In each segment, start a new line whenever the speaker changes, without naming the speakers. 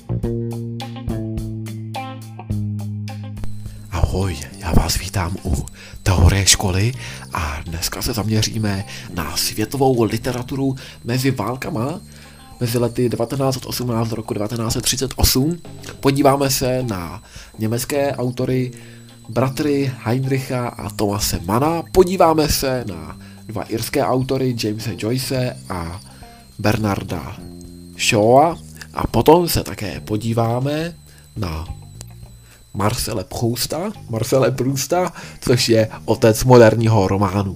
Ahoj, já vás vítám u Teorie školy a dneska se zaměříme na světovou literaturu mezi válkama, mezi lety 1918 do roku 1938. Podíváme se na německé autory bratry Heinricha a Thomase Manna, podíváme se na dva irské autory Jamese Joyce a Bernarda Shawa a potom se také podíváme na Marcela Prousta, což je otec moderního románu.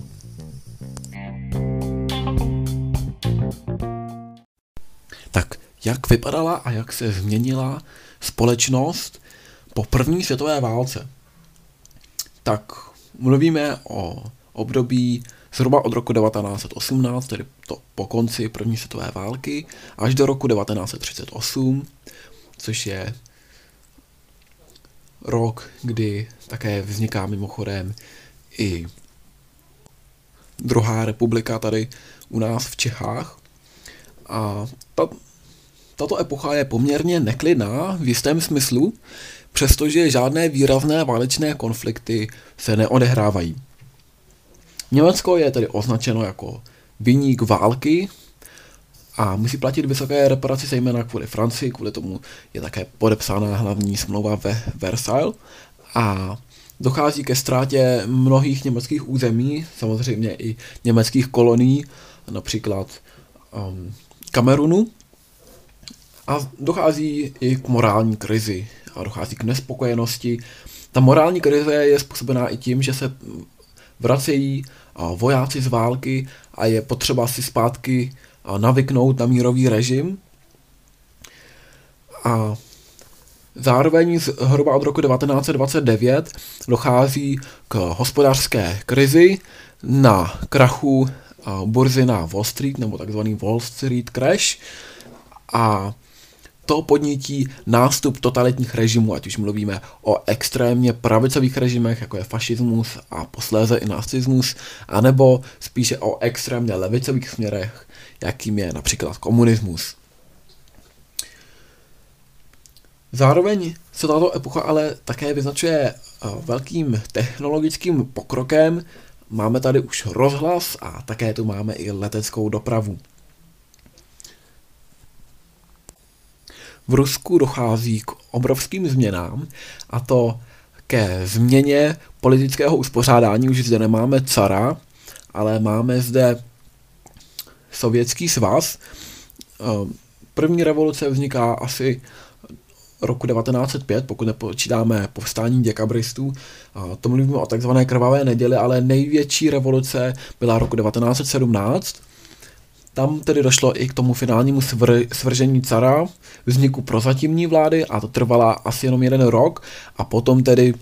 Tak jak vypadala a jak se změnila společnost po první světové válce? Tak mluvíme o období zhruba od roku 1918, tedy po konci první světové války, až do roku 1938, což je rok, kdy také vzniká mimochodem i druhá republika tady u nás v Čechách. A tato epocha je poměrně neklidná v jistém smyslu, přestože žádné výrazné válečné konflikty se neodehrávají. Německo je tedy označeno jako viník války a musí platit vysoké reparace zejména kvůli Francii, kvůli tomu je také podepsána hlavní smlouva ve Versailles a dochází ke ztrátě mnohých německých území, samozřejmě i německých kolonií, například Kamerunu, a dochází i k morální krizi a dochází k nespokojenosti. Ta morální krize je způsobená i tím, že se vracejí vojáci z války a je potřeba si zpátky navyknout na mírový režim. A zároveň zhruba od roku 1929 dochází k hospodářské krizi na krachu burzy na Wall Street, nebo takzvaný Wall Street crash, a to podnítí nástup totalitních režimů, ať už mluvíme o extrémně pravicových režimech, jako je fašismus a posléze i nacismus, anebo spíše o extrémně levicových směrech, jakým je například komunismus. Zároveň se tato epocha ale také vyznačuje velkým technologickým pokrokem. Máme tady už rozhlas a také tu máme i leteckou dopravu. V Rusku dochází k obrovským změnám, a to ke změně politického uspořádání. Už zde nemáme cara, ale máme zde Sovětský svaz. První revoluce vzniká asi roku 1905, pokud nepočítáme povstání děkabristů. To mluvíme o takzvané krvavé neděli, ale největší revoluce byla roku 1917. Tam tedy došlo i k tomu finálnímu svržení cara, vzniku prozatímní vlády, a to trvala asi jenom 1 rok, a potom tedy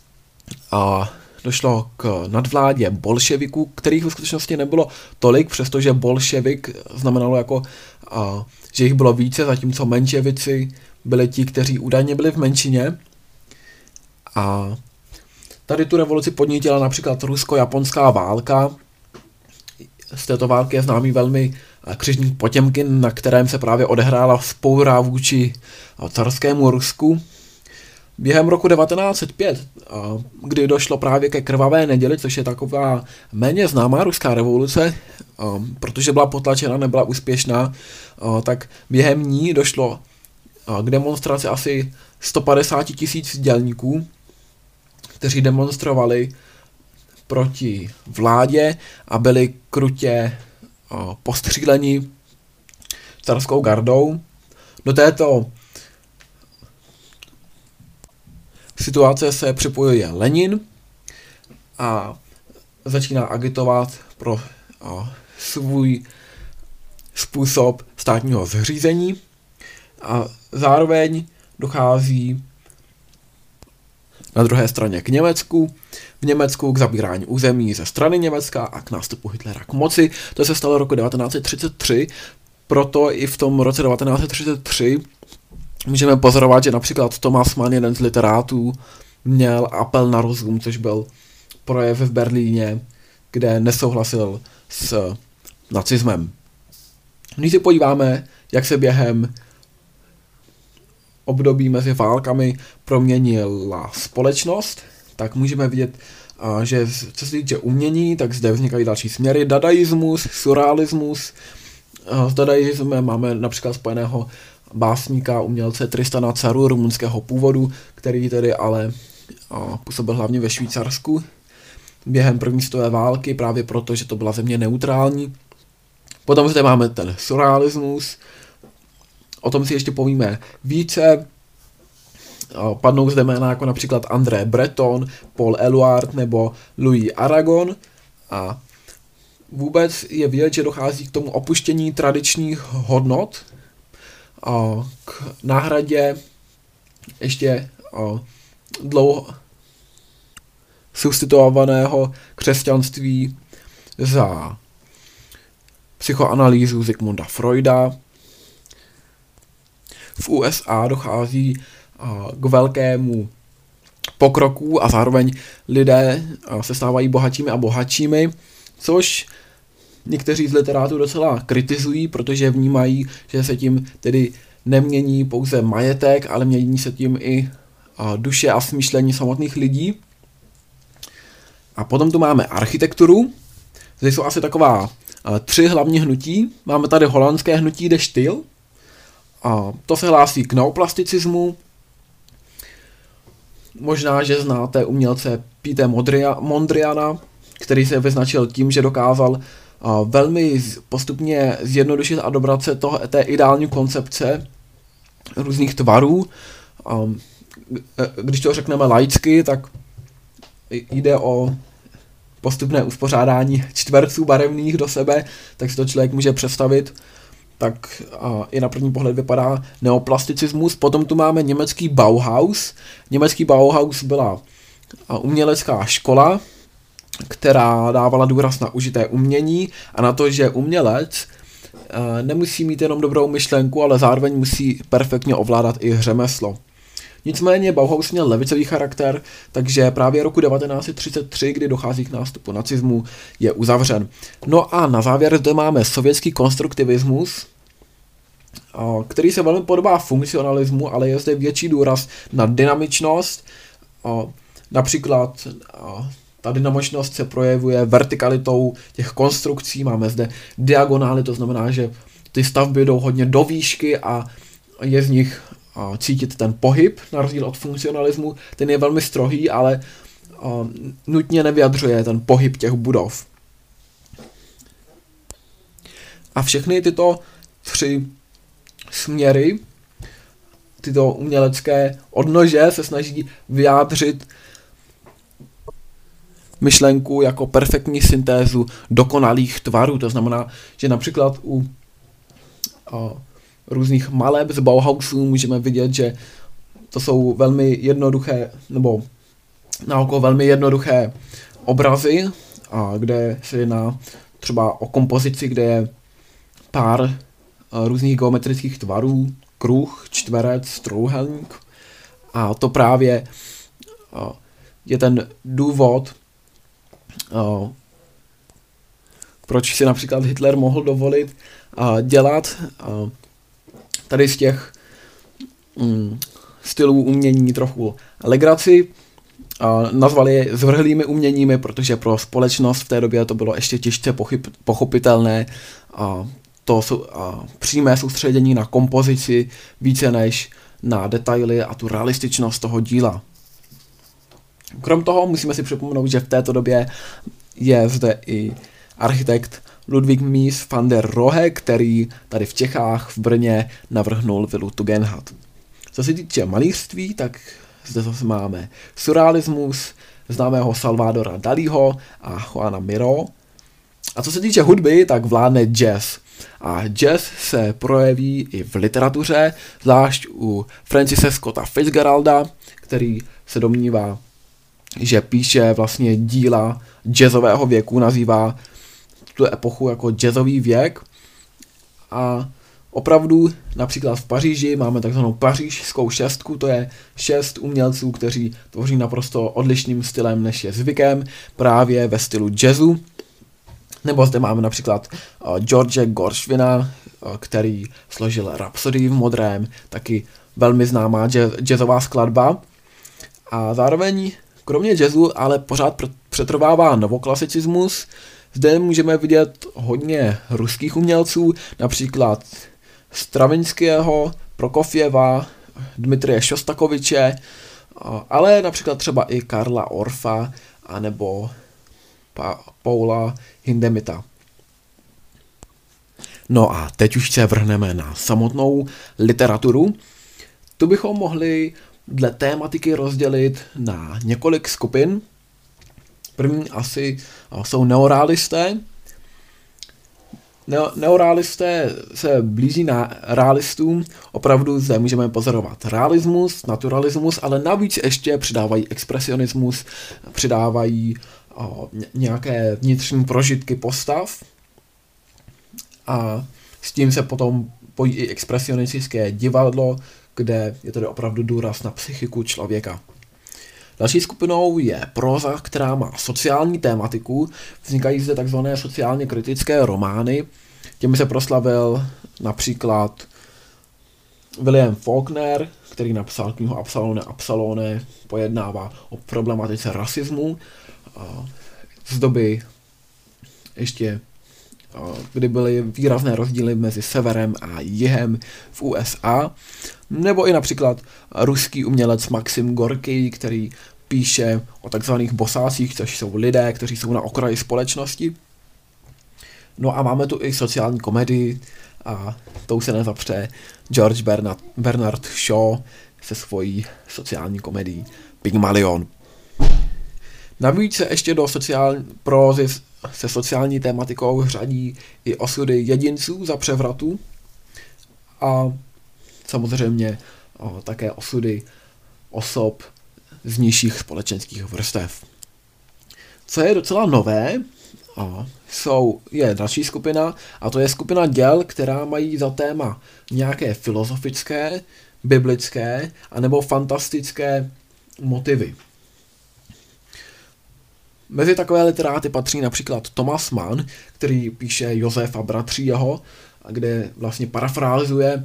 došlo k nadvládě bolševiků, kterých v skutečnosti nebylo tolik, přestože bolševik znamenalo jako, že jich bylo více, zatímco menševici byli ti, kteří údajně byli v menšině. A tady tu revoluci podnítila například rusko-japonská válka. Z této války je známý velmi křižník Potěmkin, na kterém se právě odehrála vzpoura vůči carskému Rusku. Během roku 1905, kdy došlo právě ke krvavé neděli, což je taková méně známá ruská revoluce, protože byla potlačena, nebyla úspěšná, tak během ní došlo k demonstraci asi 150 000 dělníků, kteří demonstrovali proti vládě a byli krutě postříleni carskou gardou. Do této situace se připojuje Lenin a začíná agitovat pro svůj způsob státního zřízení a zároveň dochází na druhé straně k Německu. V Německu k zabírání území ze strany Německa a k nástupu Hitlera k moci. To se stalo roku 1933, proto i v tom roce 1933 můžeme pozorovat, že například Thomas Mann, jeden z literátů, měl apel na rozum, což byl projev v Berlíně, kde nesouhlasil s nacismem. Nyní si podíváme, jak se během období mezi válkami proměnila společnost, tak můžeme vidět, že co se týče umění, tak zde vznikají další směry, dadaismus, surrealismus. S dadaismem máme například spojeného básníka, umělce Tristana Tsaru, rumunského původu, který tedy ale působil hlavně ve Švýcarsku během první světové války, právě proto, že to byla země neutrální. Potom zde máme ten surrealismus, o tom si ještě povíme více. Padnou zde jména jako například André Breton, Paul Eluard nebo Louis Aragon. A vůbec je vidět, že dochází k tomu opuštění tradičních hodnot, k náhradě ještě dlouho substituovaného křesťanství za psychoanalýzu Sigmunda Freuda. V USA dochází k velkému pokroku a zároveň lidé se stávají bohatšími a bohatšími, což někteří z literátů docela kritizují, protože vnímají, že se tím tedy nemění pouze majetek, ale mění se tím i duše a smýšlení samotných lidí. A potom tu máme architekturu. Zde jsou asi taková 3 hlavní hnutí. Máme tady holandské hnutí de styl. To se hlásí k neoplasticismu. Možná, že znáte umělce Pieter Mondriana, který se vyznačil tím, že dokázal velmi postupně zjednodušit a dobrat se té ideální koncepce různých tvarů. Když to řekneme laicky, tak jde o postupné uspořádání čtverců barevných do sebe, tak si to člověk může představit. Tak i na první pohled vypadá neoplasticismus. Potom tu máme německý Bauhaus. Německý Bauhaus byla umělecká škola, která dávala důraz na užité umění a na to, že umělec nemusí mít jenom dobrou myšlenku, ale zároveň musí perfektně ovládat i řemeslo. Nicméně Bauhaus měl levicový charakter, takže právě roku 1933, kdy dochází k nástupu nacismu, je uzavřen. No a na závěr zde máme sovětský konstruktivismus, který se velmi podobá funkcionalismu, ale je zde větší důraz na dynamičnost. Například ta dynamičnost se projevuje vertikalitou těch konstrukcí, máme zde diagonály, to znamená, že ty stavby jdou hodně do výšky a je z nich cítit ten pohyb, na rozdíl od funkcionalismu. Ten je velmi strohý, ale nutně nevyjadřuje ten pohyb těch budov. A všechny tyto 3 směry, tyto umělecké odnože se snaží vyjádřit myšlenku jako perfektní syntézu dokonalých tvarů. To znamená, že například u různých maleb z Bauhausu můžeme vidět, že to jsou velmi jednoduché, nebo naoko velmi jednoduché obrazy, kde se jedná třeba o kompozici, kde je pár různých geometrických tvarů, kruh, čtverec, trojúhelník. A to právě je ten důvod, proč si například Hitler mohl dovolit dělat tady z těch stylů umění trochu legraci. Nazvali je zvrhlými uměními, protože pro společnost v té době to bylo ještě těžce pochopitelné. To přímé soustředění na kompozici více než na detaily a tu realističnost toho díla. Krom toho musíme si připomenout, že v této době je zde i architekt Ludwig Mies van der Rohe, který tady v Čechách, v Brně, navrhnul vilu Tugendhat. Co se týče malířství, tak zde zase máme surrealismus, známého Salvadora Dalího a Juana Miro. A co se týče hudby, tak vládne jazz. A jazz se projeví i v literatuře, zvlášť u Francise Scotta Fitzgeralda, který se domnívá, že píše vlastně díla jazzového věku, nazývá tu epochu jako jazzový věk. A opravdu například v Paříži máme takzvanou pařížskou šestku, to je 6 umělců, kteří tvoří naprosto odlišným stylem, než je zvykem, právě ve stylu jazzu. Nebo zde máme například George Gershwina, který složil Rhapsodii v modrém, taky velmi známá jazzová skladba. A zároveň, kromě jazzu, ale pořád přetrvává novoklasicismus. Zde můžeme vidět hodně ruských umělců, například Stravinského, Prokofjeva, Dmitrije Šostakoviče, ale například třeba i Karla Orfa anebo Paula Hindemita. No a teď už se vrhneme na samotnou literaturu. Tu bychom mohli dle tématiky rozdělit na několik skupin. První asi jsou neorealisté. Neorealisté se blíží na realistům, opravdu zde můžeme pozorovat realismus, naturalismus, ale navíc ještě přidávají expresionismus, přidávají nějaké vnitřní prožitky postav a s tím se potom pojí i expresionistické divadlo, kde je tedy opravdu důraz na psychiku člověka. Další skupinou je próza, která má sociální tématiku. Vznikají zde takzvané sociálně kritické romány. Těmi se proslavil například William Faulkner, který napsal knihu Absalone Absalone, pojednává o problematice rasismu z doby ještě, kdy byly výrazné rozdíly mezi severem a jihem v USA. Nebo i například ruský umělec Maxim Gorkij, který píše o takzvaných bosácích, což jsou lidé, kteří jsou na okraji společnosti. No a máme tu i sociální komedii a tou se nezapře George Bernard Shaw se svojí sociální komedií Pygmalion. Navíc se ještě do prózy se sociální tématikou řadí i osudy jedinců za převratu a samozřejmě také osudy osob z nižších společenských vrstev. Co je docela nové, je další skupina, a to je skupina děl, která mají za téma nějaké filozofické, biblické anebo fantastické motivy. Mezi takové literáty patří například Thomas Mann, který píše Josefa bratří jeho, kde vlastně parafrázuje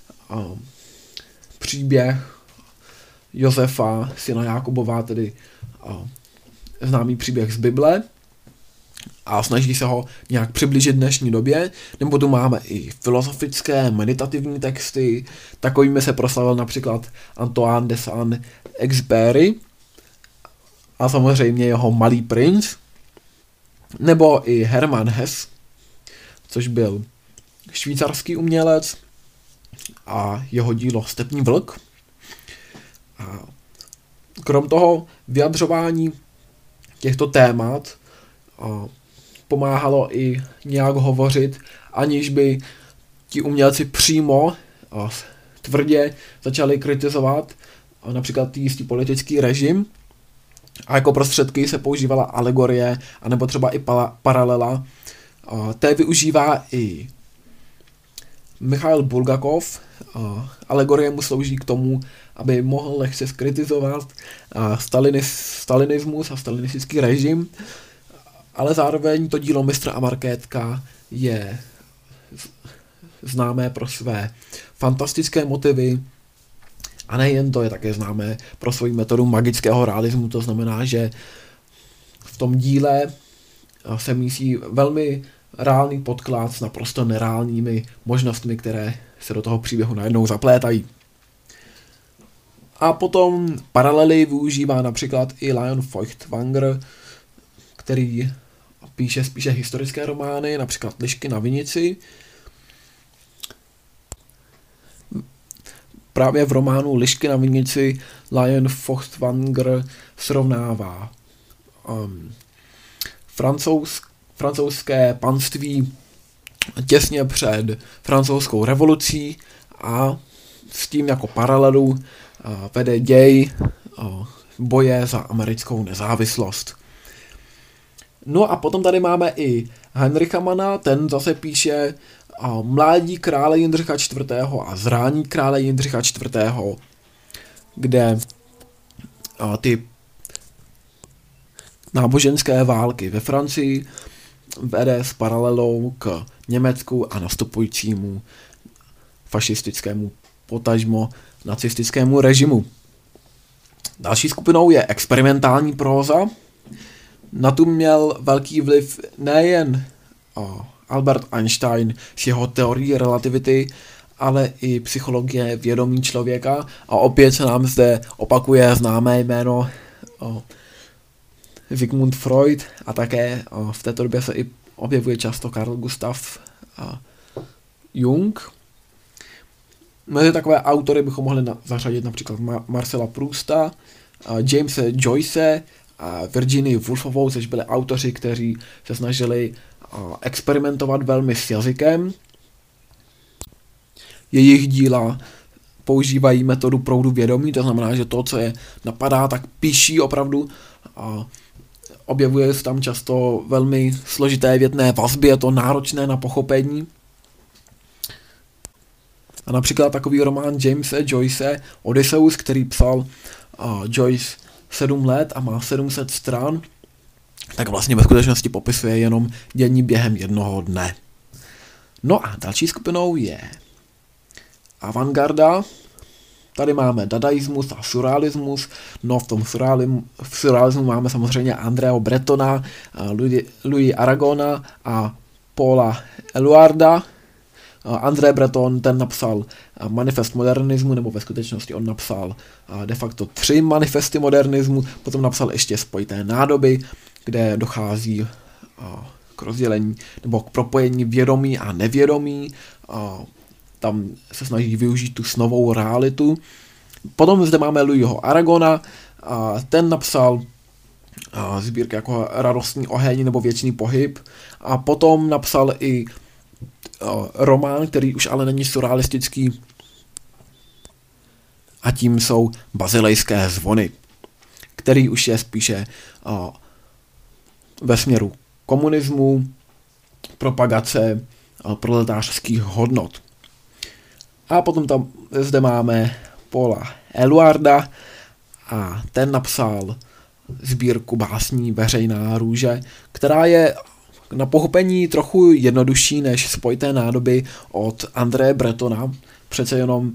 příběh Josefa, syna Jákobova, tedy známý příběh z Bible, a snaží se ho nějak přiblížit dnešní době. Nebo tu máme i filozofické, meditativní texty, takovými se proslavil například Antoine de Saint-Exupéry a samozřejmě jeho Malý princ, nebo i Hermann Hesse, což byl švýcarský umělec, a jeho dílo Stepní vlk. A krom toho vyjadřování těchto témat pomáhalo i nějak hovořit, aniž by ti umělci přímo tvrdě začali kritizovat například jistý politický režim, a jako prostředky se používala alegorie anebo třeba i paralela. Té využívá i Michail Bulgakov. Alegorie mu slouží k tomu, aby mohl lehce skritizovat stalinismus a stalinistický režim, ale zároveň to dílo Mistra a Markétka je známé pro své fantastické motivy a nejen to, je také známé pro svoji metodu magického realismu. To znamená, že v tom díle se mísí velmi reálný podklad s naprosto nereálními možnostmi, které se do toho příběhu najednou zaplétají. A potom paralely využívá například i Leon Feuchtwanger, který píše spíše historické romány, například Lišky na vinici. Právě v románu Lišky na vinici Leon Feuchtwanger srovnává francouzské panství těsně před francouzskou revolucí a s tím jako paralelu vede děj boje za americkou nezávislost. No a potom tady máme i Heinricha Manna, ten zase píše Mládí krále Jindřicha IV. A Zrání krále Jindřicha IV., kde ty náboženské války ve Francii vede s paralelou k Německu a nastupujícímu fašistickému, potažmo nacistickému režimu. Další skupinou je experimentální próza. Na tu měl velký vliv nejen Albert Einstein s jeho teorií relativity, ale i psychologie vědomí člověka. A opět se nám zde opakuje známé jméno Sigmund Freud a také v této době se i objevuje často Carl Gustav Jung. Mezi takové autory bychom mohli zařadit například Marcela Prousta, Jamese Joyce a Virginii Woolfovou, což byli autoři, kteří se snažili experimentovat velmi s jazykem. Jejich díla používají metodu proudu vědomí, to znamená, že to, co je napadá, tak píší opravdu. Objevuje se tam často velmi složité větné vazby, je to náročné na pochopení. A například takový román Jamese Joyce Odysseus, který psal Joyce 7 let a má 700 stran, tak vlastně ve skutečnosti popisuje jenom dění během jednoho dne. No a další skupinou je avantgarda. Tady máme dadaismus a surrealismus. No v tom surrealismu máme samozřejmě Andrea Bretona, Louis Aragona a Paula Eluarda. André Breton, ten napsal manifest modernismu, nebo ve skutečnosti on napsal de facto 3 manifesty modernismu, potom napsal ještě spojité nádoby, kde dochází k rozdělení nebo k propojení vědomí a nevědomí. Tam se snaží využít tu snovou realitu. Potom zde máme Louisho Aragona, ten napsal sbírky jako Radostný oheň nebo Věčný pohyb a potom napsal i román, který už ale není surrealistický, a tím jsou Bazilejské zvony, který už je spíše ve směru komunismu, propagace proletářských hodnot. A potom tam zde máme Paula Eluarda a ten napsal sbírku básní Veřejná růže, která je na pochopení trochu jednodušší než spojité nádoby od André Bretona. Přece jenom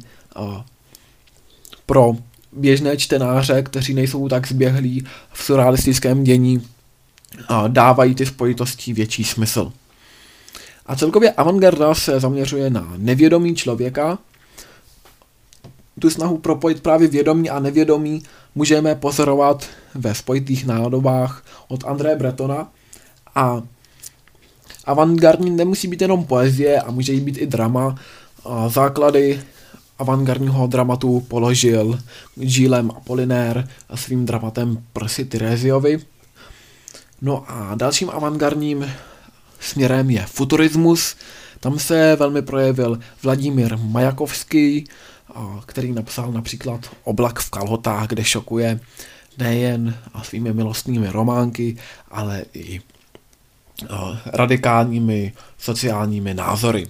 pro běžné čtenáře, kteří nejsou tak zběhlí v surrealistickém dění, dávají ty spojitosti větší smysl. A celkově avantgarda se zaměřuje na nevědomí člověka. Tu snahu propojit právě vědomí a nevědomí můžeme pozorovat ve spojitých nádobách od André Bretona. A avantgardní nemusí být jenom poezie a může být i drama. Základy avantgardního dramatu položil Gilles Apollinaire svým dramatem Prsy Tyreziovi. No a dalším avantgardním směrem je futurismus. Tam se velmi projevil Vladimír Majakovský, který napsal například Oblak v kalhotách, kde šokuje nejen svými milostnými románky, ale i radikálními sociálními názory.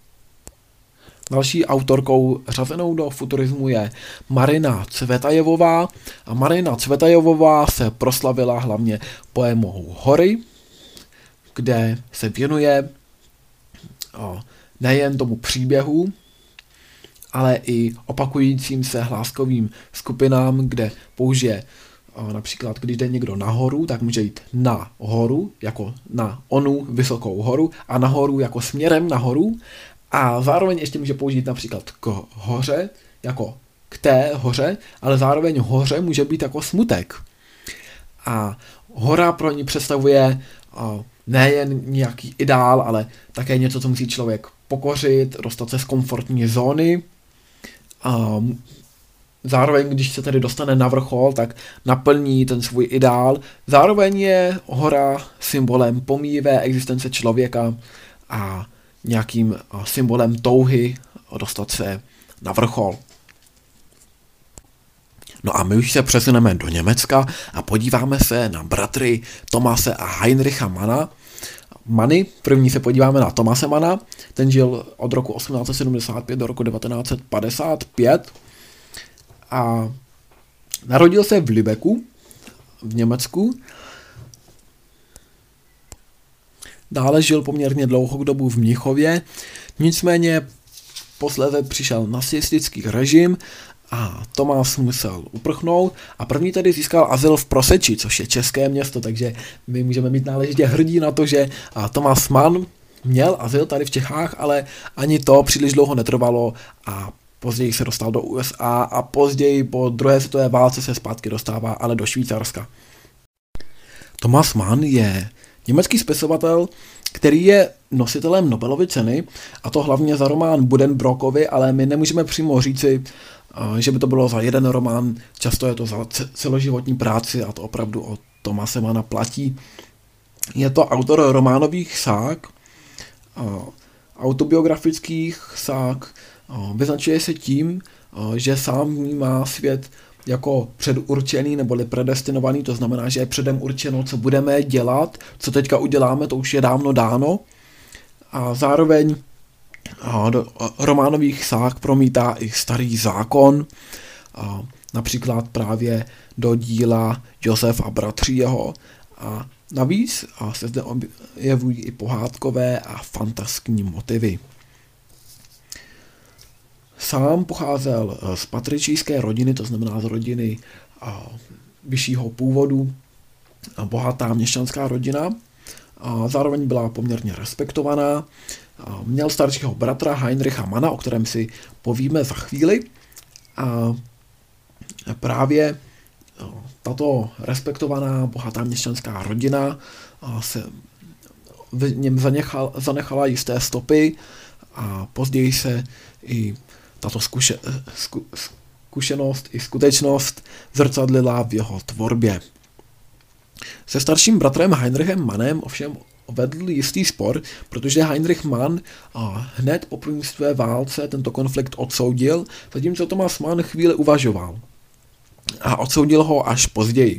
Další autorkou řazenou do futurismu je Marina Cvetajevová. A Marina Cvetajevová se proslavila hlavně poémou Hory, kde se věnuje nejen tomu příběhu, ale i opakujícím se hláskovým skupinám, kde použije například, když jde někdo nahoru, tak může jít na horu, jako na onu vysokou horu, a nahoru jako směrem nahoru, a zároveň ještě může použít například k hoře, jako k té hoře, ale zároveň hoře může být jako smutek. A hora pro ní představuje nejen nějaký ideál, ale také něco, co musí člověk pokořit, dostat se z komfortní zóny. Zároveň, když se tedy dostane na vrchol, tak naplní ten svůj ideál. Zároveň je hora symbolem pomíjivé existence člověka a nějakým symbolem touhy dostat se na vrchol. No a my už se přesuneme do Německa a podíváme se na bratry Thomase a Heinricha Manny. První se podíváme na Thomase Manna, ten žil od roku 1875 do roku 1955 a narodil se v Lübecku v Německu. dále žil poměrně dlouhou dobu v Mnichově, nicméně posléze přišel nacistický režim a Thomas musel uprchnout a první tedy získal azyl v Proseči, což je české město, takže my můžeme být náležitě hrdí na to, že Thomas Mann měl azyl tady v Čechách, ale ani to příliš dlouho netrvalo a později se dostal do USA a později po druhé světové válce se zpátky dostává ale do Švýcarska. Thomas Mann je německý spisovatel, který je nositelem Nobelovy ceny, a to hlavně za román Buddenbrookovi, ale my nemůžeme přímo říci, že by to bylo za jeden román, často je to za celoživotní práci a to opravdu o Thomase Manna platí. Je to autor románových sák, autobiografických sák, vyznačuje se tím, že sám vnímá svět jako předurčený neboli predestinovaný, to znamená, že je předem určeno, co budeme dělat, co teďka uděláme, to už je dávno dáno. A zároveň do románových sák promítá i Starý zákon, například právě do díla Josef a bratří jeho. A navíc se zde objevují i pohádkové a fantaskní motivy. Sám pocházel z patričijské rodiny, to znamená z rodiny vyššího původu, bohatá měšťanská rodina, a zároveň byla poměrně respektovaná. Měl staršího bratra Heinricha Manna, o kterém si povíme za chvíli. A právě tato respektovaná bohatá měšťanská rodina se v něm zanechala jisté stopy a později se i tato zkušenost i skutečnost zrcadlila v jeho tvorbě. Se starším bratrem Heinrichem Mannem ovšem vedl jistý spor, protože Heinrich Mann hned po první světové válce tento konflikt odsoudil, zatímco Thomas Mann chvíli uvažoval a odsoudil ho až později.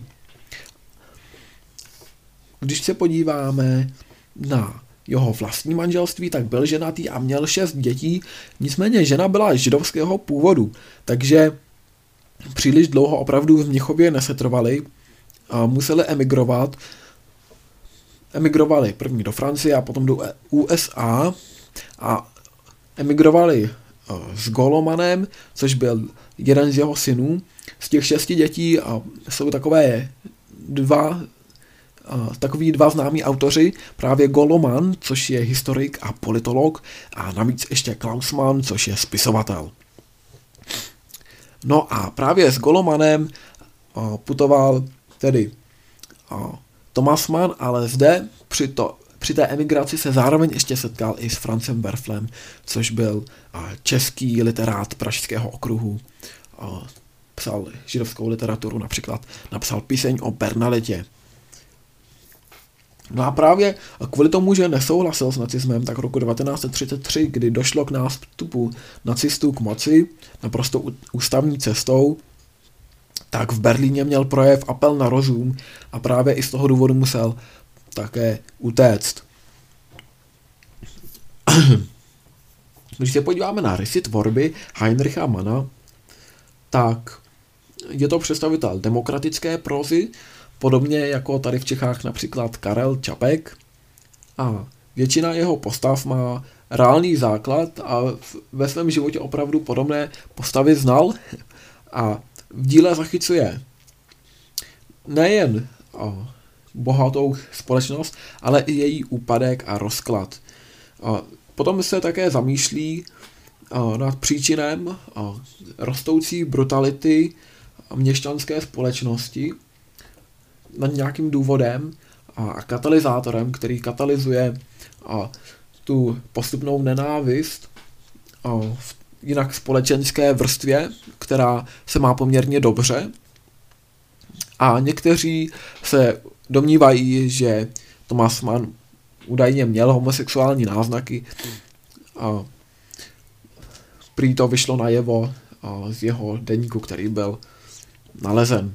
Když se podíváme na jeho vlastní manželství, tak byl ženatý a měl 6 dětí, nicméně žena byla židovského původu, takže příliš dlouho opravdu v Mnichově nesetrvali a museli emigrovat. Emigrovali první do Francie a potom do USA a emigrovali s Golomanem, což byl jeden z jeho synů. Z těch 6 dětí jsou takoví dva známí autoři, právě Goloman, což je historik a politolog, a navíc ještě Klaus Mann, což je spisovatel. No a právě s Golomanem putoval tedy Thomas Mann, ale zde při té emigraci se zároveň ještě setkal i s Francem Werflem, což byl český literát pražského okruhu. Psal židovskou literaturu, například napsal píseň o Bernaletě. No a právě kvůli tomu, že nesouhlasil s nacismem, tak roku 1933, kdy došlo k nástupu nacistů k moci naprosto ústavní cestou, tak v Berlíně měl projev Apel na rozum a právě i z toho důvodu musel také utéct. Když se podíváme na rysy tvorby Heinricha Manna, tak je to představitel demokratické prózy, podobně jako tady v Čechách například Karel Čapek, a většina jeho postav má reálný základ a ve svém životě opravdu podobné postavy znal a v díle zachycuje nejen bohatou společnost, ale i její úpadek a rozklad. Potom se také zamýšlí nad příčinem rostoucí brutality měšťanské společnosti, nad nějakým důvodem a katalyzátorem, který katalyzuje tu postupnou nenávist v jinak společenské vrstvě, která se má poměrně dobře. A někteří se domnívají, že Thomas Mann údajně měl homosexuální náznaky a prý to vyšlo najevo z jeho deníku, který byl nalezen.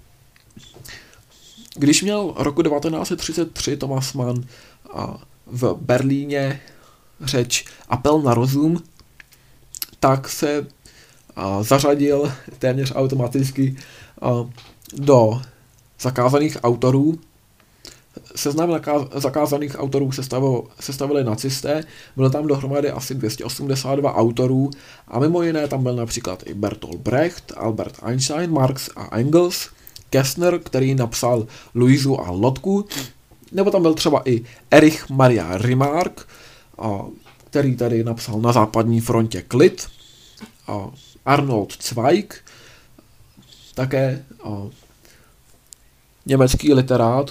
Když měl roku 1933 Thomas Mann v Berlíně řeč Apel na rozum, tak se zařadil téměř automaticky do zakázaných autorů. seznam zakázaných autorů sestavili nacisté, bylo tam dohromady asi 282 autorů a mimo jiné tam byl například i Bertolt Brecht, Albert Einstein, Marx a Engels, Kästner, který napsal Luisu a Lotku, nebo tam byl třeba i Erich Maria Remarque, který tady napsal Na západní frontě klid, Arnold Zweig, také německý literát.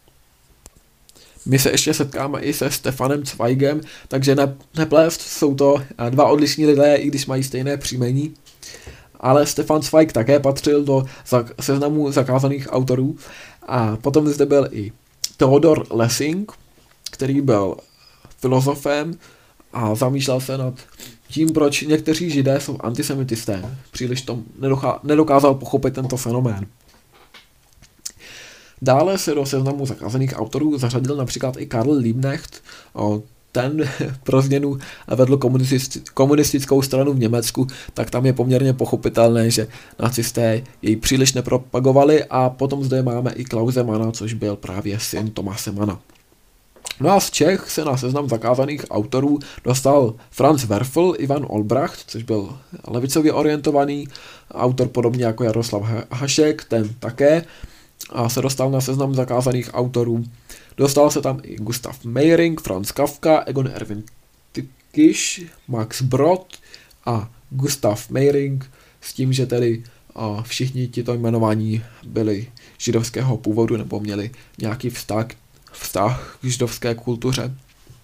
My se ještě setkáme i se Stefanem Zweigem, takže neplést, jsou to dva odlišní lidé, i když mají stejné příjmení. Ale Stefan Zweig také patřil do seznamu zakázaných autorů. A potom zde byl i Theodor Lessing, který byl filozofem a zamýšlel se nad tím, proč někteří židé jsou antisemitisté. Příliš to nedokázal pochopit tento fenomén. Dále se do seznamu zakázaných autorů zařadil například i Karl Liebknecht. Ten pro změnu vedl komunistickou stranu v Německu, tak tam je poměrně pochopitelné, že nacisté jej příliš nepropagovali a potom zde máme i Klause Manna, což byl právě syn Thomase Manna. No a z Čech se na seznam zakázaných autorů dostal Franz Werfel, Ivan Olbracht, což byl levicově orientovaný autor podobně jako Jaroslav Hašek, ten také a se dostal na seznam zakázaných autorů. Dostal se tam i Gustav Meyrink, Franz Kafka, Egon Erwin Kisch, Max Brod a Gustav Meyrink s tím, že tedy všichni tito jmenovaní byli židovského původu nebo měli nějaký vztah k židovské kultuře.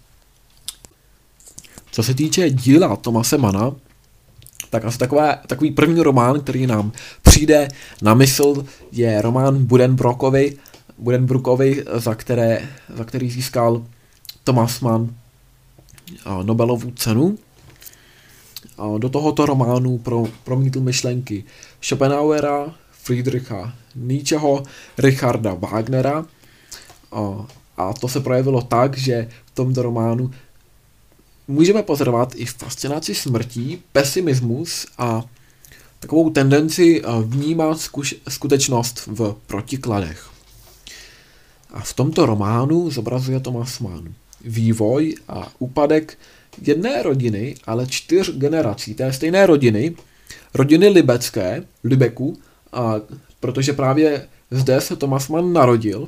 Co se týče díla Thomase Manna, tak asi takový první román, který nám přijde na mysl, je román Buddenbrookovi, za který získal Thomas Mann Nobelovu cenu. Do tohoto románu promítl myšlenky Schopenhauera, Friedricha Nietzscheho, Richarda Wagnera a to se projevilo tak, že v tomto románu můžeme pozorovat i fascinaci smrtí, pesimismus a takovou tendenci vnímat skutečnost v protikladech. A v tomto románu zobrazuje Thomas Mann vývoj a úpadek jedné rodiny, ale 4 generací té stejné rodiny Lübecku, protože právě zde se Thomas Mann narodil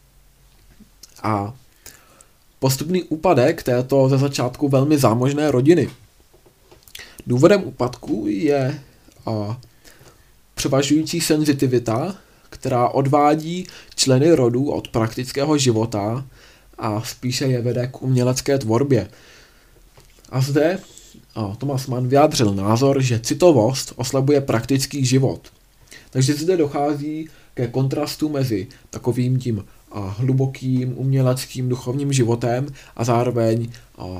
a postupný úpadek této ze začátku velmi zámožné rodiny. Důvodem úpadku je převažující senzitivita, která odvádí členy rodu od praktického života a spíše je vede k umělecké tvorbě. A zde Thomas Mann vyjádřil názor, že citovost oslabuje praktický život. Takže zde dochází ke kontrastu mezi takovým tím hlubokým, uměleckým, duchovním životem a zároveň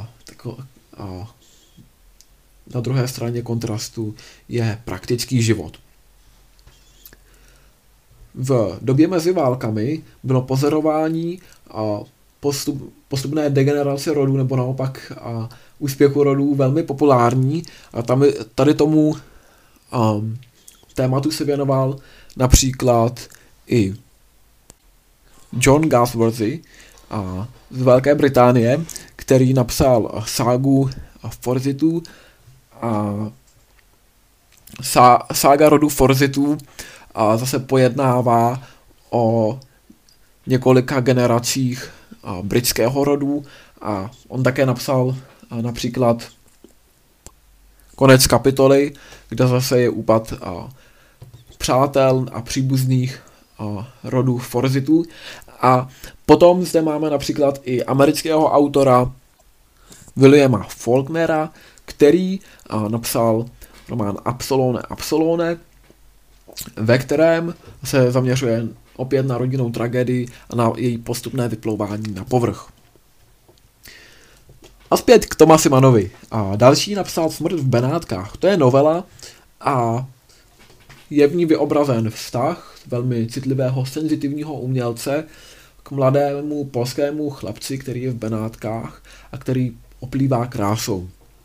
na druhé straně kontrastu je praktický život. V době mezi válkami bylo pozorování postupné degenerace rodů nebo naopak úspěchu rodů velmi populární a tady tomu tématu se věnoval například i John Galsworthy z Velké Británie, který napsal ságu Forzitů a sága rodu Forzitů a zase pojednává o několika generacích britského rodu a on také napsal například konec kapitoly, kde zase je úpad přátel a příbuzných rodu Forzitů. A potom zde máme například i amerického autora Williama Faulknera, který napsal román Absolone, ve kterém se zaměřuje opět na rodinnou tragédii a na její postupné vyplouvání na povrch. A zpět k Thomasi Mannovi. Další napsal Smrt v Benátkách. To je novela a je v ní vyobrazen vztah velmi citlivého, senzitivního umělce k mladému polskému chlapci, který je v Benátkách a který oplývá krásou.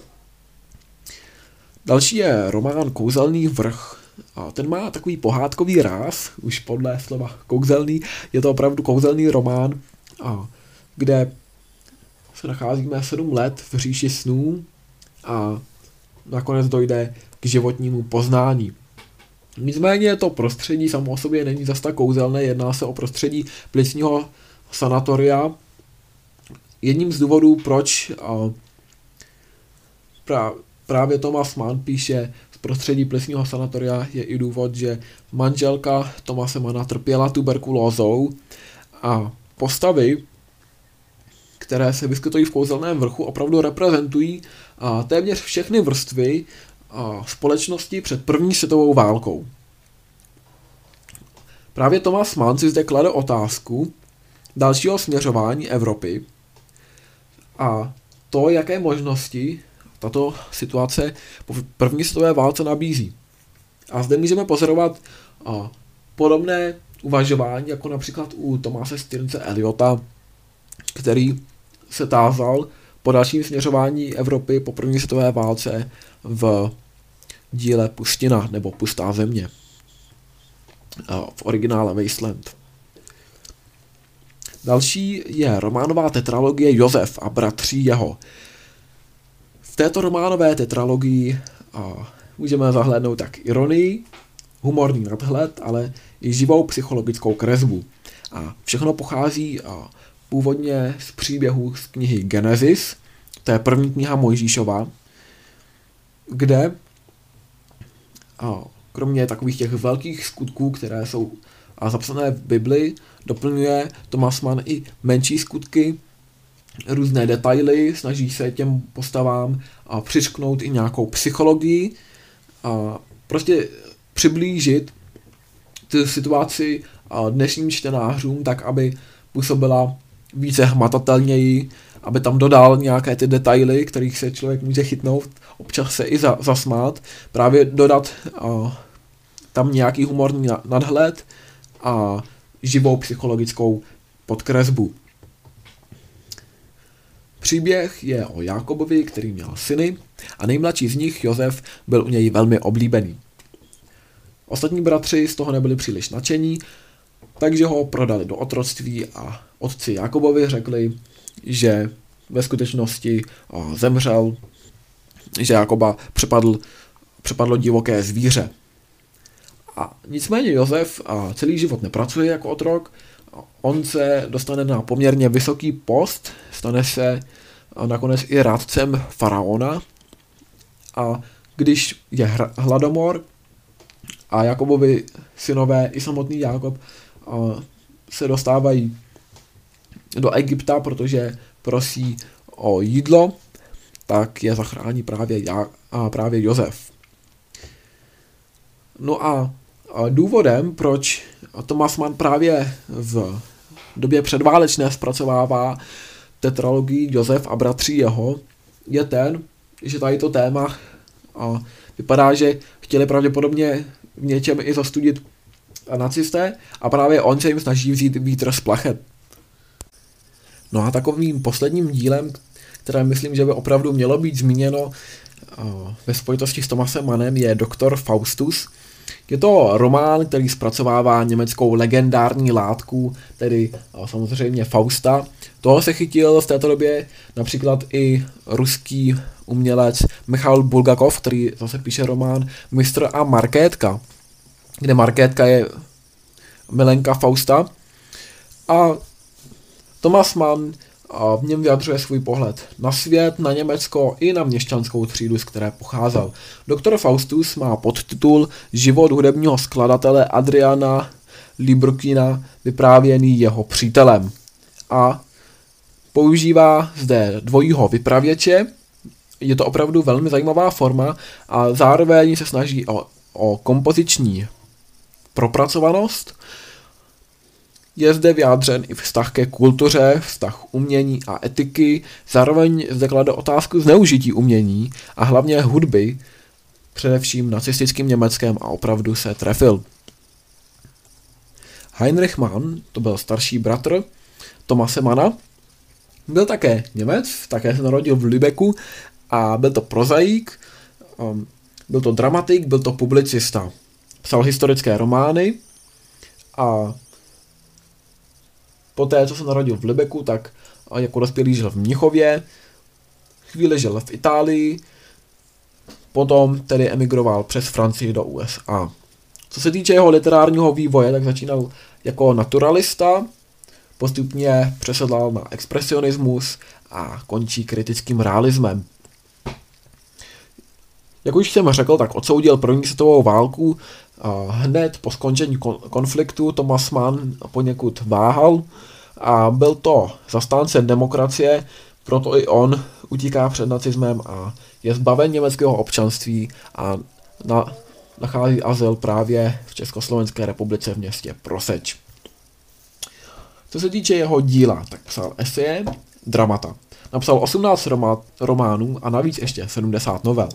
Další je román Kouzelný vrch. A ten má takový pohádkový ráz, už podle slova kouzelný, je to opravdu kouzelný román kde se nacházíme 7 let v říši snů a nakonec dojde k životnímu poznání. Nicméně to prostředí samo o sobě není zas tak kouzelné, jedná se o prostředí plicního sanatoria. Jedním z důvodů, proč právě Thomas Mann píše z prostředí plicního sanatoria, je i důvod, že manželka Thomase Manna trpěla tuberkulózou a postavy, které se vyskytují v kouzelném vrchu, opravdu reprezentují téměř všechny vrstvy společnosti před první světovou válkou. Právě Thomas Mann si zde klade otázku dalšího směřování Evropy a to, jaké možnosti tato situace po první světové válce nabízí. A zde můžeme pozorovat podobné uvažování, jako například u Thomase Stearnse Eliota, který se tázal po dalším směřování Evropy po první světové válce v díle Pustina nebo Pustá země. V originále Wasteland. Další je románová tetralogie Josef a bratří jeho. V této románové tetralogii můžeme zahlédnout tak ironii, humorný nadhled, ale i živou psychologickou kresbu. A všechno pochází původně z příběhů z knihy Genesis, to je první kniha Mojžíšova, kde kromě takových těch velkých skutků, které jsou zapsané v Bibli, doplňuje Thomas Mann i menší skutky, různé detaily, snaží se těm postavám přičknout i nějakou psychologii a prostě přiblížit tu situaci dnešním čtenářům tak, aby působila více hmatatelněji, aby tam dodal nějaké ty detaily, kterých se člověk může chytnout, občas se i zasmát, právě dodat tam nějaký humorní nadhled a živou psychologickou podkresbu. Příběh je o Jákobovi, který měl syny a nejmladší z nich, Josef, byl u něj velmi oblíbený. Ostatní bratři z toho nebyli příliš nadšení, takže ho prodali do otroctví a otci Jákobovi řekli, že ve skutečnosti zemřel, že Jákoba přepadlo divoké zvíře. A nicméně Josef celý život nepracuje jako otrok, on se dostane na poměrně vysoký post, stane se nakonec i rádcem faraona a když je hladomor a Jakobovi synové i samotný Jákob se dostávají do Egypta, protože prosí o jídlo, tak je zachrání právě Josef. No a důvodem, proč Thomas Mann právě v době předválečné zpracovává tetralogii Josef a bratří jeho, je ten, že tady to téma vypadá, že chtěli pravděpodobně v něčem i zastudit nacisté a právě on se jim snaží vzít vítr z plachet. No a takovým posledním dílem, které myslím, že by opravdu mělo být zmíněno ve spojitosti s Thomasem Mannem, je Doktor Faustus. Je to román, který zpracovává německou legendární látku, tedy samozřejmě Fausta. Toho se chytil v této době například i ruský umělec Michail Bulgakov, který zase píše román Mistr a Markétka, kde Markétka je milenka Fausta. A Thomas Mann v něm vyjadřuje svůj pohled na svět, na Německo i na měšťanskou třídu, z které pocházel. Doktor Faustus má podtitul Život hudebního skladatele Adriana Librukina, vyprávěný jeho přítelem. A používá zde dvojího vypravěče. Je to opravdu velmi zajímavá forma a zároveň se snaží o kompoziční propracovanost. Je zde vyjádřen i vztah ke kultuře, vztah umění a etiky, zároveň zde klade otázku zneužití umění a hlavně hudby, především nacistickým Německém, a opravdu se trefil. Heinrich Mann, to byl starší bratr Thomase Manna, byl také Němec, také se narodil v Lübecku a byl to prozaik, byl to dramatik, byl to publicista. Psal historické romány a Poté, co se narodil v Lübecku, tak jako dospělý žil v Mnichově, chvíli žil v Itálii, potom tedy emigroval přes Francii do USA. Co se týče jeho literárního vývoje, tak začínal jako naturalista, postupně přesedlal na expresionismus a končí kritickým realismem. Jak už jsem řekl, tak odsoudil první světovou válku. Hned po skončení konfliktu Thomas Mann poněkud váhal a byl to zastánce demokracie, proto i on utíká před nacismem a je zbaven německého občanství a nachází azyl právě v Československé republice v městě Proseč. Co se týče jeho díla, tak psal eseje, dramata. Napsal 18 románů a navíc ještě 70 novel.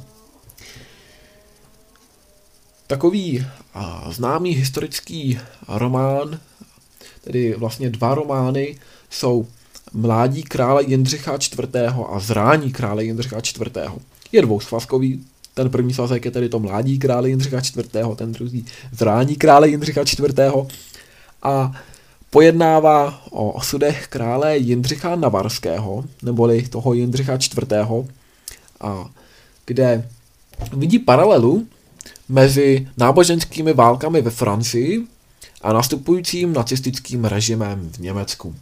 Takový známý historický román, tedy vlastně 2 romány, jsou Mládí krále Jindřicha IV. A Zrání krále Jindřicha IV. Je dvousvazkový, ten první svazek je tedy to Mládí krále Jindřicha IV., ten druhý Zrání krále Jindřicha IV. A pojednává o osudech krále Jindřicha Navarského, neboli toho Jindřicha IV., kde vidí paralelu mezi náboženskými válkami ve Francii a nastupujícím nacistickým režimem v Německu.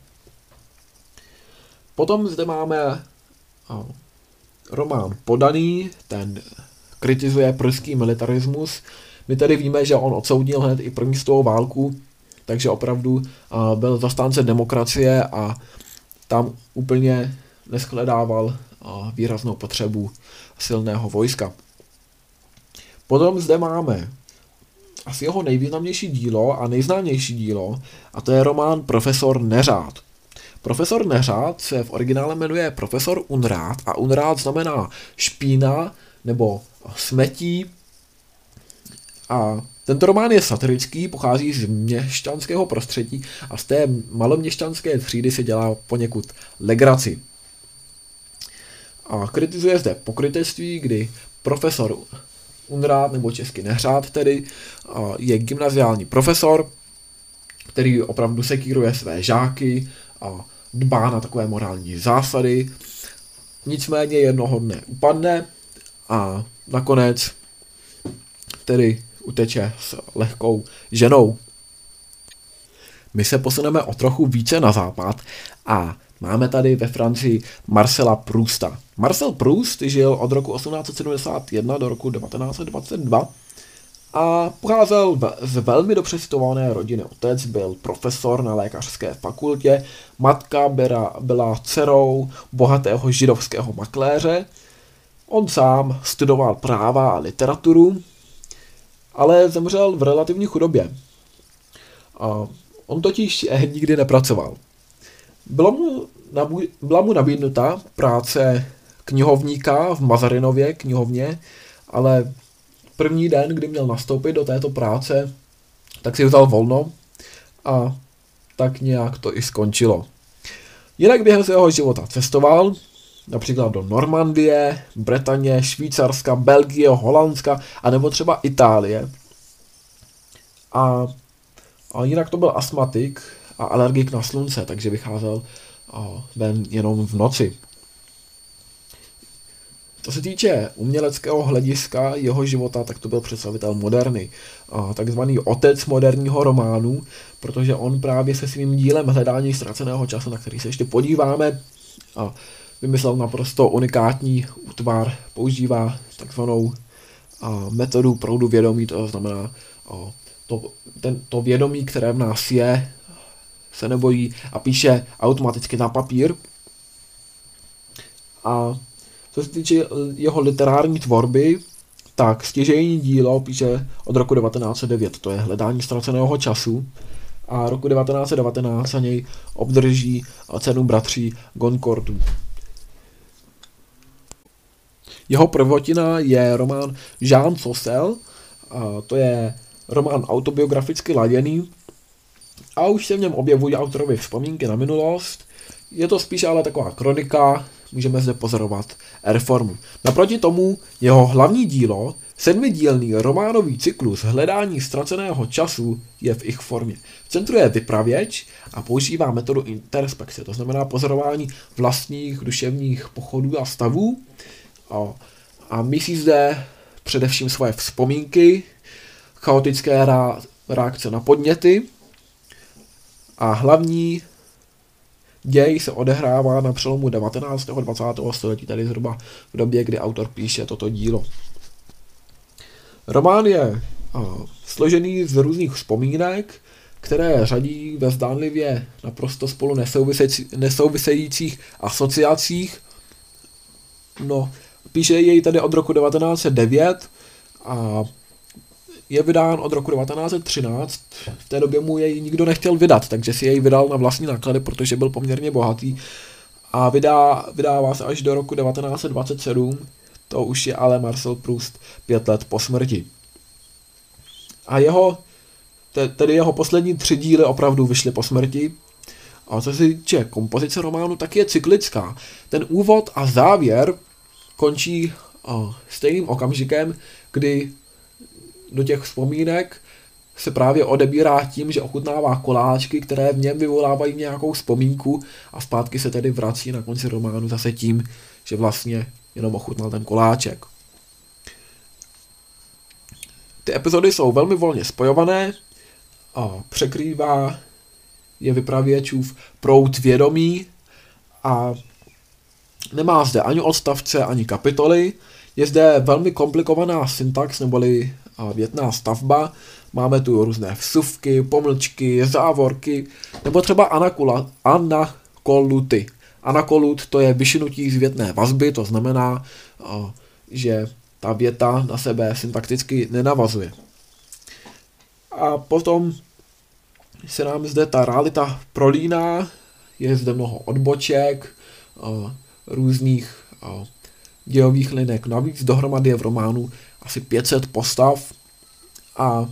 Potom zde máme román Podaný, ten kritizuje pruský militarismus. My tedy víme, že on odsoudil hned i první světovou válku, takže opravdu byl zastánce demokracie a tam úplně neshledával výraznou potřebu silného vojska. Potom zde máme asi jeho nejvýznamnější dílo a nejznámější dílo, a to je román Profesor Neřád. Profesor Neřád se v originále jmenuje Profesor Unrád a Unrád znamená špína nebo smetí. A tento román je satirický, pochází z měšťanského prostředí a z té maloměšťanské třídy se dělá poněkud legraci. A kritizuje zde pokrytectví, kdy profesor Unrád, nebo česky Neřád tedy, je gymnaziální profesor, který opravdu sekíruje své žáky a dbá na takové morální zásady. Nicméně jednoho dne upadne a nakonec tedy uteče s lehkou ženou. My se posuneme o trochu více na západ a máme tady ve Francii Marcela Prousta. Marcel Proust žil od roku 1871 do roku 1922 a pocházel z velmi dobře situované rodiny. Otec byl profesor na lékařské fakultě, matka byla dcerou bohatého židovského makléře. On sám studoval práva a literaturu, ale zemřel v relativní chudobě. On totiž nikdy nepracoval. Byla mu nabídnuta práce knihovníka v Mazarinově knihovně, ale první den, kdy měl nastoupit do této práce, tak si vzal volno a tak nějak to i skončilo. Jinak během svého života cestoval, například do Normandie, Bretaně, Švýcarska, Belgie, Holandska a nebo třeba Itálie. A jinak to byl astmatik a alergik na slunce, takže vycházel ven jenom v noci. Co se týče uměleckého hlediska jeho života, tak to byl představitel moderny, takzvaný otec moderního románu, protože on právě se svým dílem Hledání ztraceného času, na který se ještě podíváme, vymyslel naprosto unikátní útvar, používá takzvanou metodu proudu vědomí, to znamená to vědomí, které v nás je, se nebojí a píše automaticky na papír. A co se týče jeho literární tvorby, tak stěžejní dílo píše od roku 1909, to je Hledání ztraceného času, a roku 1919 za něj obdrží cenu bratří Goncourtů. Jeho prvotina je román Jean Saucel, to je román autobiograficky laděný a už se v něm objevují autorovy vzpomínky na minulost. Je to spíš ale taková kronika, můžeme zde pozorovat reformu. Naproti tomu jeho hlavní dílo, 7dílný románový cyklus Hledání ztraceného času, je v ich formě. V centru je vypravěč a používá metodu interspekce, to znamená pozorování vlastních duševních pochodů a stavů. A myslí zde především svoje vzpomínky, chaotické reakce na podněty a hlavní děj se odehrává na přelomu 19. a 20. století, tedy zhruba v době, kdy autor píše toto dílo. Román je složený z různých vzpomínek, které řadí ve zdánlivě naprosto spolu nesouvisejících asociacích. No, píše jej tady od roku 1909 a je vydán od roku 1913. V té době mu jej nikdo nechtěl vydat, takže si jej vydal na vlastní náklady, protože byl poměrně bohatý. A vydává se až do roku 1927, to už je ale Marcel Proust 5 let po smrti. A tedy jeho poslední 3 díly opravdu vyšly po smrti. A co se týče kompozice románu, tak je cyklická. Ten úvod a závěr končí stejným okamžikem, kdy do těch vzpomínek se právě odebírá tím, že ochutnává koláčky, které v něm vyvolávají nějakou vzpomínku a zpátky se tedy vrací na konci románu zase tím, že vlastně jenom ochutnal ten koláček. Ty epizody jsou velmi volně spojované a překrývá je vypravěčův proud vědomí a nemá zde ani odstavce, ani kapitoly. Je zde velmi komplikovaná syntax neboli větná stavba. Máme tu různé vsuvky, pomlčky, závorky nebo třeba anakoluty. Anakolut to je vyšinutí z větné vazby, to znamená, že ta věta na sebe syntakticky nenavazuje. A potom se nám zde ta realita prolíná, je zde mnoho odboček, různých dějových linek. Navíc dohromady je v románu asi 500 postav a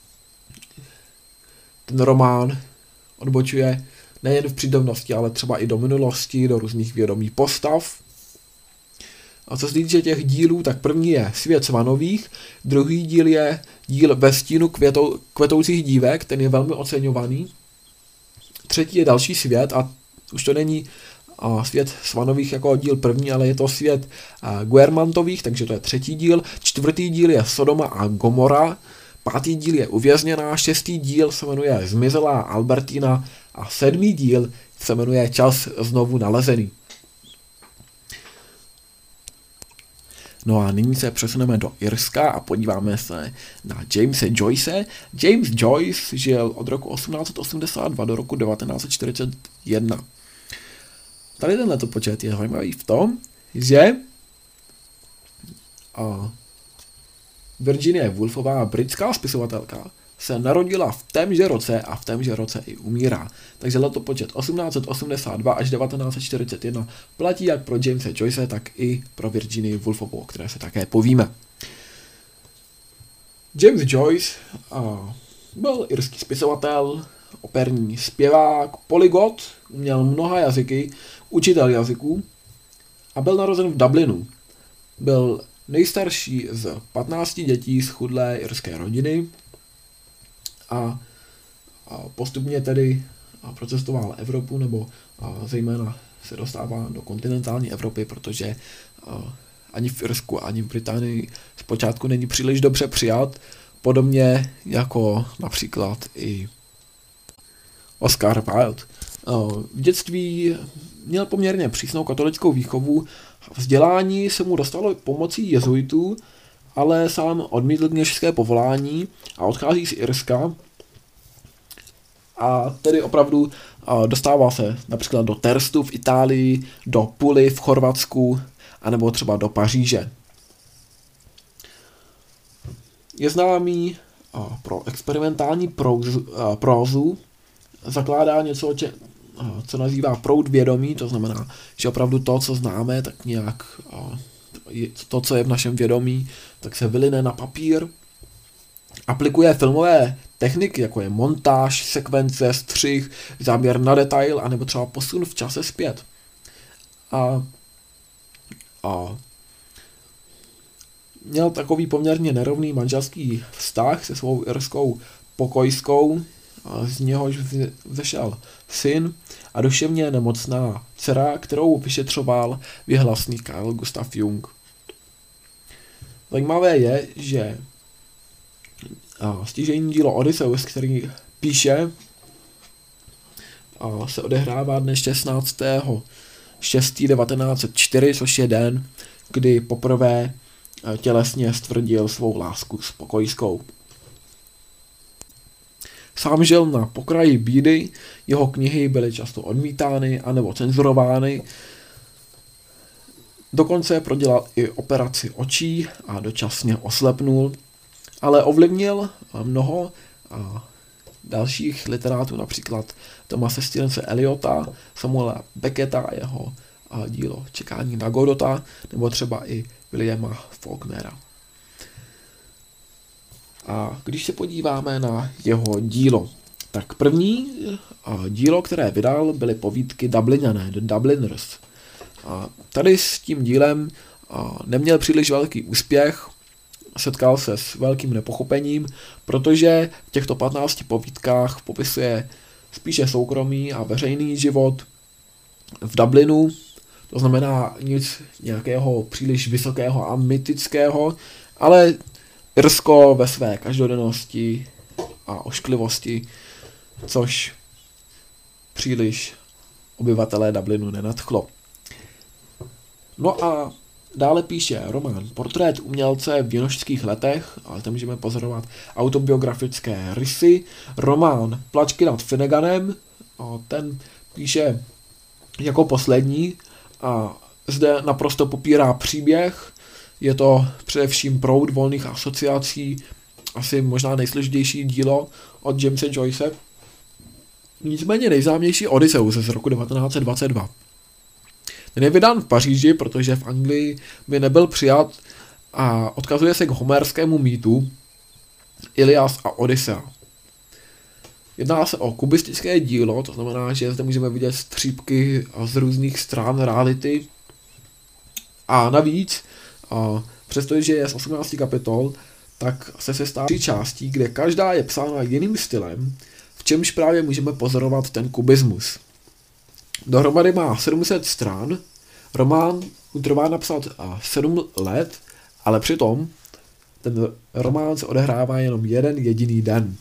ten román odbočuje nejen v přítomnosti, ale třeba i do minulosti, do různých vědomých postav. A co se týče těch dílů, tak první je Svět svanových, druhý díl je díl Ve stínu kvetoucích dívek, ten je velmi oceňovaný. Třetí je Další svět a už to není Svět svanových jako díl první, ale je to Svět Guermantových, takže to je třetí díl. Čtvrtý díl je Sodoma a Gomora, pátý díl je Uvězněná, šestý díl se jmenuje Zmizelá Albertina a sedmý díl se jmenuje Čas znovu nalezený. No a nyní se přesuneme do Irska a podíváme se na Jamese Joyce. James Joyce žil od roku 1882 do roku 1941. Tady tenhle počet je zajímavý v tom, že Virginia Woolfová, britská spisovatelka, se narodila v témže roce a v témže roce i umírá. Takže letopočet 1882 až 1941 platí jak pro Jamese Joyce, tak i pro Virginii Woolfovou, o které se také povíme. James Joyce byl irský spisovatel, operní zpěvák, polygot, uměl mnoha jazyky, učitel jazyků a byl narozen v Dublinu. Byl nejstarší z 15 dětí z chudlé irské rodiny a postupně tedy procestoval Evropu, nebo zejména se dostává do kontinentální Evropy, protože ani v Irsku, ani v Británii zpočátku není příliš dobře přijat, podobně jako například i Oscar Wilde. V dětství měl poměrně přísnou katolickou výchovu, vzdělání se mu dostalo pomocí jezuitů, ale sám odmítl kněžské povolání a odchází z Irska a tedy opravdu dostává se například do Terstu v Itálii, do Puli v Chorvatsku anebo třeba do Paříže. Je známý pro experimentální prózu, zakládá něco, co nazývá proud vědomí, to znamená, že opravdu to, co známe, tak nějak to, co je v našem vědomí, tak se vyline na papír. Aplikuje filmové techniky, jako je montáž, sekvence, střih, záběr na detail, anebo třeba posun v čase zpět. A a měl takový poměrně nerovný manželský vztah se svou irskou pokojskou, z něhož vzešel syn a duševně nemocná dcera, kterou vyšetřoval věhlasný Carl Gustav Jung. Zajímavé je, že stěžejní dílo Odysseus, který píše, se odehrává dne 16. 6. 1904, což je den, kdy poprvé tělesně stvrdil svou lásku s pokojskou. Sám žil na pokraji bídy, jeho knihy byly často odmítány anebo cenzurovány. Dokonce prodělal i operaci očí a dočasně oslepnul, ale ovlivnil mnoho dalších literátů, například Thomase Stevence Eliota, Samuela Becketa a jeho dílo Čekání na Godota, nebo třeba i Williama Faulknera. A když se podíváme na jeho dílo, tak první dílo, které vydal, byly povídky Dublinané, The Dubliners. A tady s tím dílem neměl příliš velký úspěch, setkal se s velkým nepochopením, protože v těchto 15 povídkách popisuje spíše soukromý a veřejný život v Dublinu, to znamená nic nějakého příliš vysokého a mytického, ale Irsko ve své každodennosti a ošklivosti, což příliš obyvatelé Dublinu nenadchlo. No a dále píše román Portrét umělce v jinošských letech, ale tam můžeme pozorovat autobiografické rysy. Román Plačky nad Finnaganem, ten píše jako poslední a zde naprosto popírá příběh. Je to především proud volných asociací, asi možná nejsložitější dílo od Jamese Joyce. Nicméně nejznámější Odysseus z roku 1922. Ten je vydán v Paříži, protože v Anglii by nebyl přijat a odkazuje se k homerskému mýtu Ilias a Odyssea. Jedná se o kubistické dílo, to znamená, že zde můžeme vidět střípky z různých stran reality. A navíc, přestože je z 18 kapitol, tak se sestává 3 částí, kde každá je psána jiným stylem, v čemž právě můžeme pozorovat ten kubismus. Dohromady má 700 stran, román trvá napsat 7 let, ale přitom ten román se odehrává jenom jeden jediný den.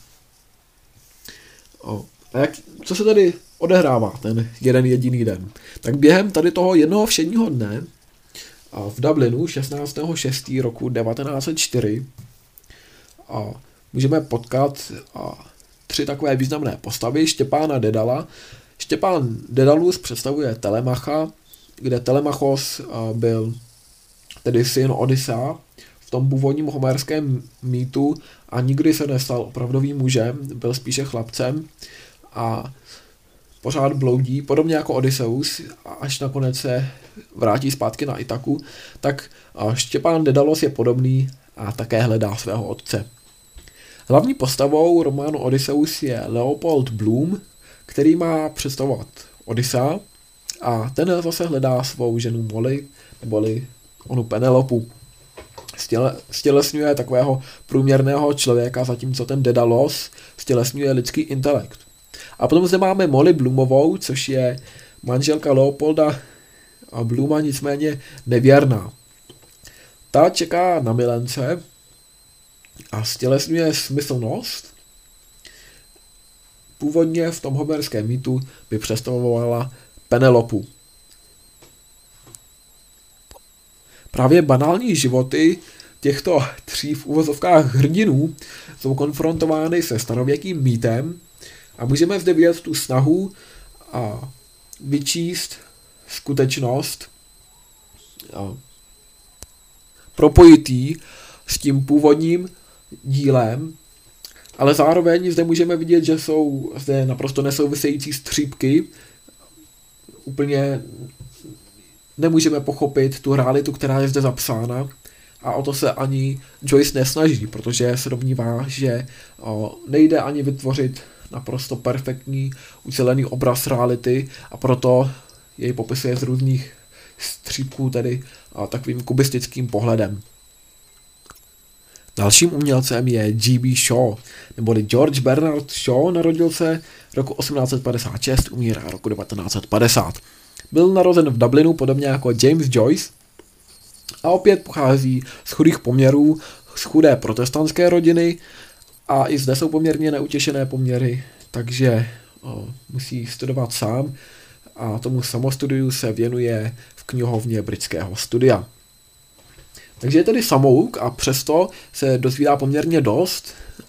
Co se tedy odehrává ten jeden jediný den? Tak během tady toho jednoho všedního dne v Dublinu 16.6. roku 1904 můžeme potkat 3 takové významné postavy Štěpána Dedala. Štěpán Dedalus představuje Telemacha, kde Telemachos byl tedy syn Odyssea v tom původním homerském mýtu a nikdy se nestal opravdovým mužem, byl spíše chlapcem a pořád bloudí, podobně jako Odysseus, až nakonec se vrátí zpátky na Itaku, tak Štěpán Dedalos je podobný a také hledá svého otce. Hlavní postavou románu Odysseus je Leopold Bloom, který má představovat Odyssea a ten zase hledá svou ženu Molly, neboli onu Penelopu. Stělesňuje takového průměrného člověka, zatímco ten Dedalos stělesňuje lidský intelekt. A potom zde máme Molly Bloomovou, což je manželka Leopolda a Blooma, nicméně nevěrná. Ta čeká na milence a stělesňuje smyslnost. Původně v tom homerském mýtu by představovala Penelopu. Právě banální životy těchto 3 v uvozovkách hrdinů jsou konfrontovány se starověkým mýtem a můžeme zde vidět tu snahu a vyčíst skutečnost, propojitý s tím původním dílem, ale zároveň zde můžeme vidět, že jsou zde naprosto nesouvisející střípky. Úplně nemůžeme pochopit tu realitu, která je zde zapsána a o to se ani Joyce nesnaží, protože se domnívá, že nejde ani vytvořit naprosto perfektní, ucelený obraz reality a proto jej popisuje z různých střípků, tedy takovým kubistickým pohledem. Dalším umělcem je G.B. Shaw, neboli George Bernard Shaw, narodil se roku 1856, umírá roku 1950. Byl narozen v Dublinu podobně jako James Joyce a opět pochází z chudých poměrů, z chudé protestantské rodiny a i zde jsou poměrně neutěšené poměry, takže musí studovat sám a tomu samostudiu se věnuje v knihovně Britského studia. Takže je tedy samouk a přesto se dozvídá poměrně dost.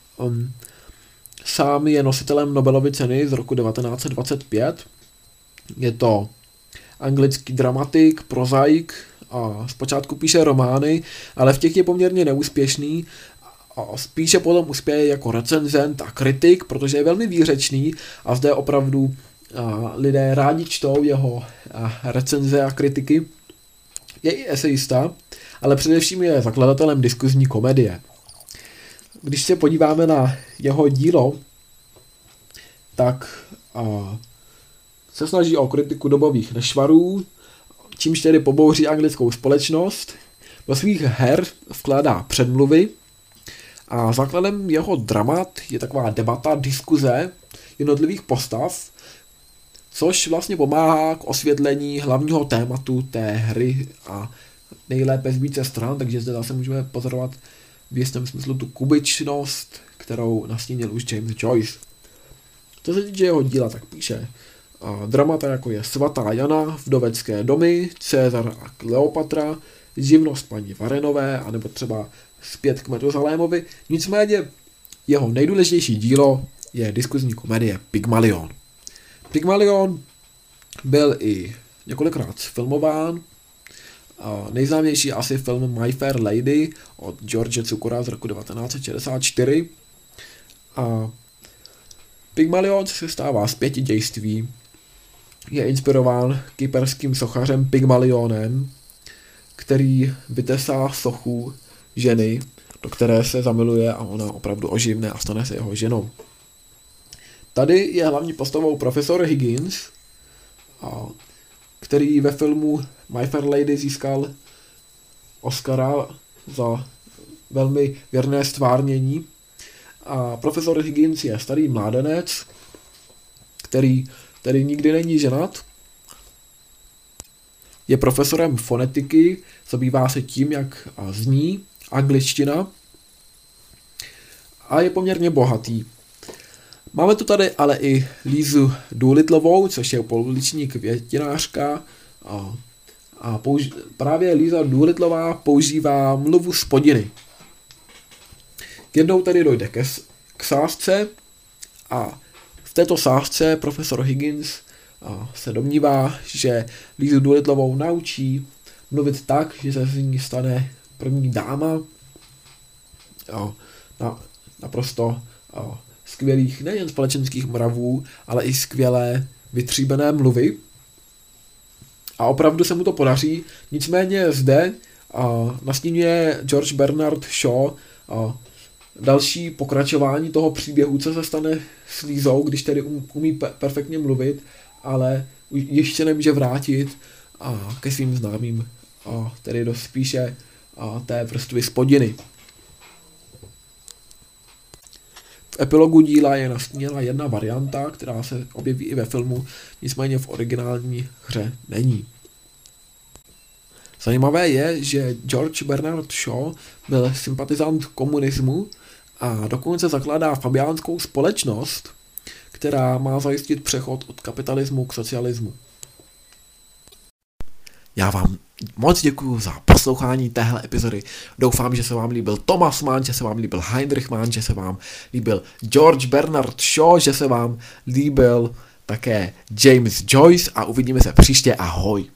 Sám je nositelem Nobelovy ceny z roku 1925. Je to anglický dramatik, prozaik a zpočátku píše romány, ale v těch je poměrně neúspěšný a spíše potom uspěje jako recenzent a kritik, protože je velmi výřečný a zde opravdu lidé rádi čtou jeho recenze a kritiky. Je i esejista, ale především je zakladatelem diskuzní komedie. Když se podíváme na jeho dílo, tak se snaží o kritiku dobových nešvarů, čímž tedy pobouří anglickou společnost. Do svých her vkládá předmluvy a základem jeho dramat je taková debata, diskuze jednotlivých postav, což vlastně pomáhá k osvětlení hlavního tématu té hry a nejlépe z více stran, takže zde zase můžeme pozorovat v jistém smyslu tu kubičnost, kterou nastínil už James Joyce. Co se týče jeho díla, tak píše dramata jako je Svatá Jana, Vdovecké domy, Cezar a Kleopatra, Živnost paní Varenové, anebo třeba Zpět k Metuzalémovi. Nicméně jeho nejdůležitější dílo je diskuzní komedie Pygmalion. Pygmalion byl i několikrát filmován. Nejznámější asi film My Fair Lady od George Cukora z roku 1964. A Pygmalion se stává z 5 dějství. Je inspirován kyperským sochařem Pygmalionem, který vytesá sochu ženy, do které se zamiluje a ona opravdu oživne a stane se jeho ženou. Tady je hlavní postavou profesor Higgins, který ve filmu My Fair Lady získal Oscara za velmi věrné stvárnění. A profesor Higgins je starý mládenec, který nikdy není ženat. Je profesorem fonetiky, zabývá se tím, jak zní angličtina a je poměrně bohatý. Máme tu tady ale i Lizu Doolittlovou, což je pouliční květinářka a právě Liza Doolittlová používá mluvu z podiny. Jednou tady dojde k sázce a v této sázce profesor Higgins se domnívá, že Lizu Doolittlovou naučí mluvit tak, že se z ní stane první dáma naprosto skvělých nejen společenských mravů, ale i skvělé vytříbené mluvy. A opravdu se mu to podaří, nicméně zde nastínuje George Bernard Shaw další pokračování toho příběhu, co se stane s Lízou, když tedy umí perfektně mluvit, ale ještě nemůže vrátit ke svým známým, tedy do spíše té vrstvy spodiny. V epilogu díla je nastíněna jedna varianta, která se objeví i ve filmu, nicméně v originální hře není. Zajímavé je, že George Bernard Shaw byl sympatizant komunismu a dokonce zakládá fabiánskou společnost, která má zajistit přechod od kapitalismu k socialismu. Já vám moc děkuji za poslouchání téhle epizody. Doufám, že se vám líbil Thomas Mann, že se vám líbil Heinrich Mann, že se vám líbil George Bernard Shaw, že se vám líbil také James Joyce a uvidíme se příště. Ahoj.